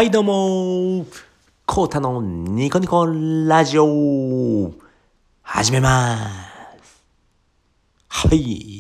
はいどうもコータのニコニコラジオ始めます。はい、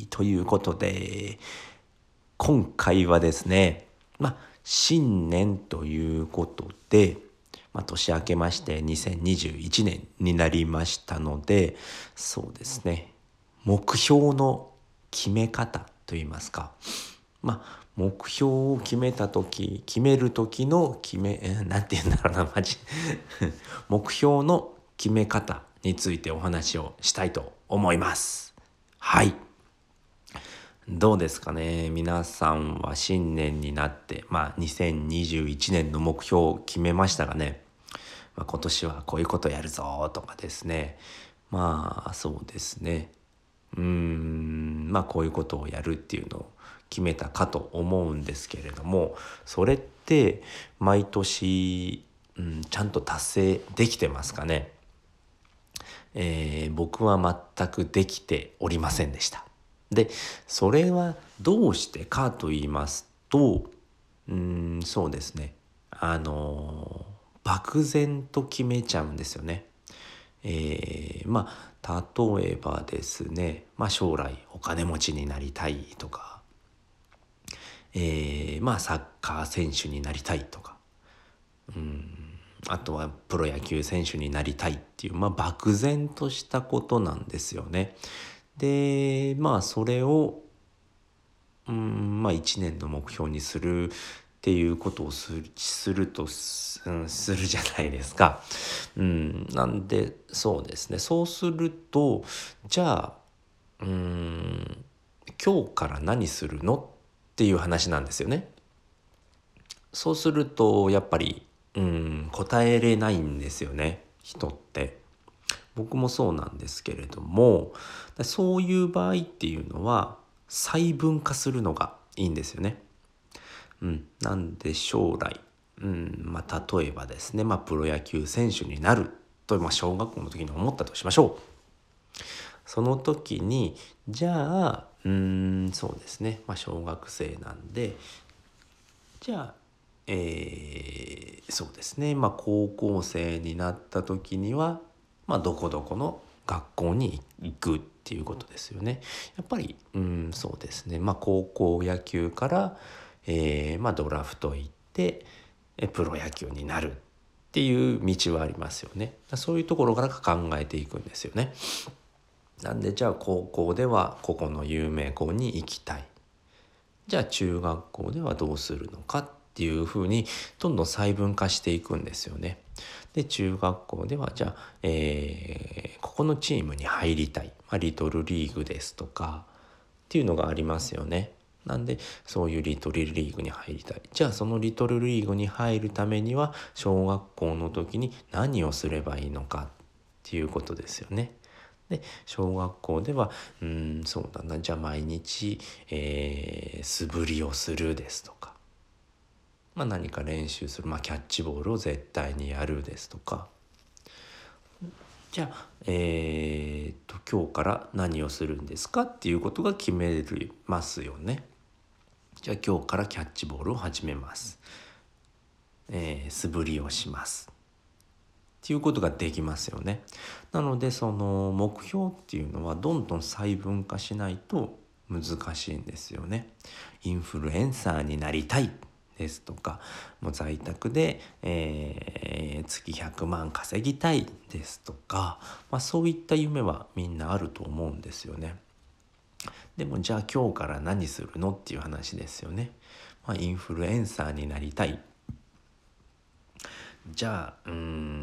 ということで今回はですね、新年ということで、年明けまして2021年になりましたので、そうですね、目標の決め方といいますか、目標を決める時のなんて言うんだろうな、目標の決め方についてお話をしたいと思います。はい。どうですかね。皆さんは新年になって、2021年の目標を決めましたがね。今年はこういうことやるぞとかですね。そうですね。こういうことをやるっていうのを決めたかと思うんですけれども、それって毎年、ちゃんと達成できてますかね。僕は全くできておりませんでした。で、それはどうしてかと言いますと、そうですね。漠然と決めちゃうんですよね。例えばですね、将来お金持ちになりたいとか、サッカー選手になりたいとか、あとはプロ野球選手になりたいっていう、漠然としたことなんですよね。で、それを、1年の目標にするっていうことをするじゃないですか。なんでそうですね。そうすると、じゃあ、今日から何するのっていう話なんですよね。そうするとやっぱり、答えれないんですよね、人って。僕もそうなんですけれども、そういう場合っていうのは細分化するのがいいんですよね。なんで将来、例えばですね、プロ野球選手になると、小学校の時に思ったとしましょう。その時にじゃあそうですね、小学生なんで、じゃあそうですね、高校生になった時には、どこどこの学校に行くっていうことですよね。やっぱりそうですね、高校野球から、ドラフト行ってプロ野球になるっていう道はありますよね。そういうところから考えていくんですよね。なんでじゃあ高校ではここの有名校に行きたい。じゃあ中学校ではどうするのかっていうふうにどんどん細分化していくんですよね。で中学校ではじゃあ、ここのチームに入りたい、リトルリーグですとかっていうのがありますよね。なんでそういうリトルリーグに入りたい。じゃあそのリトルリーグに入るためには小学校の時に何をすればいいのかっていうことですよね。で小学校ではそうだな、じゃあ毎日、素振りをするですとか、何か練習する、キャッチボールを絶対にやるですとか、じゃあ、今日から何をするんですかっていうことが決めますよね。じゃあ今日からキャッチボールを始めます。素振りをします。っていうことができますよね。なのでその目標っていうのはどんどん細分化しないと難しいんですよね。インフルエンサーになりたいですとか、もう在宅で、月100万稼ぎたいですとか、そういった夢はみんなあると思うんですよね。でもじゃあ今日から何するのっていう話ですよね。インフルエンサーになりたい。じゃあ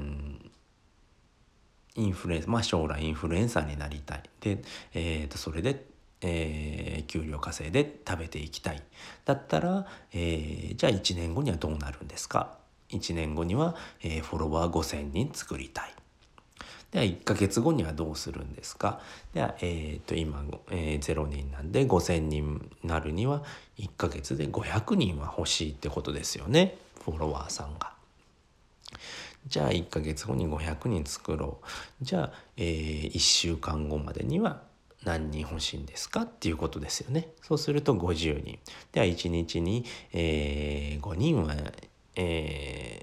将来インフルエンサーになりたい。で、それで、給料稼いで食べていきたい。だったら、じゃあ1年後にはどうなるんですか。1年後には、フォロワー5000人作りたい。では1ヶ月後にはどうするんですか。では、今、0人なんで5000人になるには1ヶ月で500人は欲しいってことですよね、フォロワーさんが。じゃあ1ヶ月後に500人作ろう。じゃあ、1週間後までには何人欲しいんですかっていうことですよね。そうすると50人。では1日に、5人は、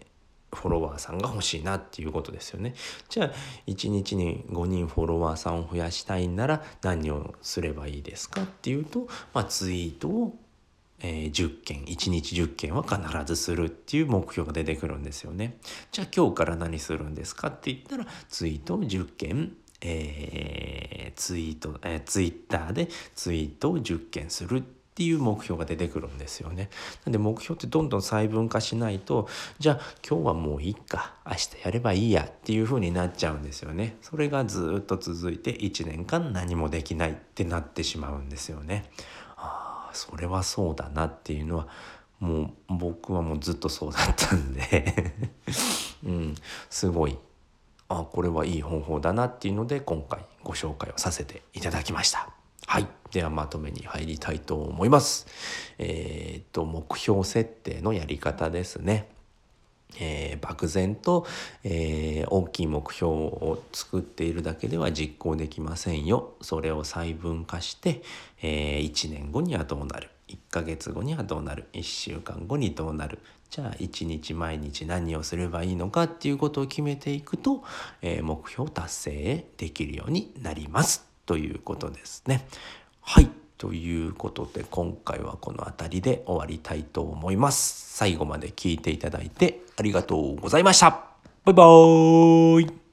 フォロワーさんが欲しいなっていうことですよね。じゃあ1日に5人フォロワーさんを増やしたいんなら何をすればいいですかっていうと、ツイートを10件1日10件は必ずするっていう目標が出てくるんですよね。じゃあ今日から何するんですかって言ったらツイートを10件、ツイッターでツイートを10件するっていう目標が出てくるんですよね。なんで目標ってどんどん細分化しないと、じゃあ今日はもういいか、明日やればいいやっていう風になっちゃうんですよね。それがずっと続いて1年間何もできないってなってしまうんですよね。それはそうだなっていうのはもう僕はもうずっとそうだったんですごいこれはいい方法だなっていうので今回ご紹介をさせていただきました。はい、ではまとめに入りたいと思います。目標設定のやり方ですね。漠然と、大きい目標を作っているだけでは実行できませんよ。それを細分化して、1年後にはどうなる、1ヶ月後にはどうなる、1週間後にどうなる、じゃあ1日毎日何をすればいいのかっていうことを決めていくと、目標達成できるようになりますということですね。はい、ということで今回はこの辺りで終わりたいと思います。最後まで聞いていただいてありがとうございました。バイバーイ。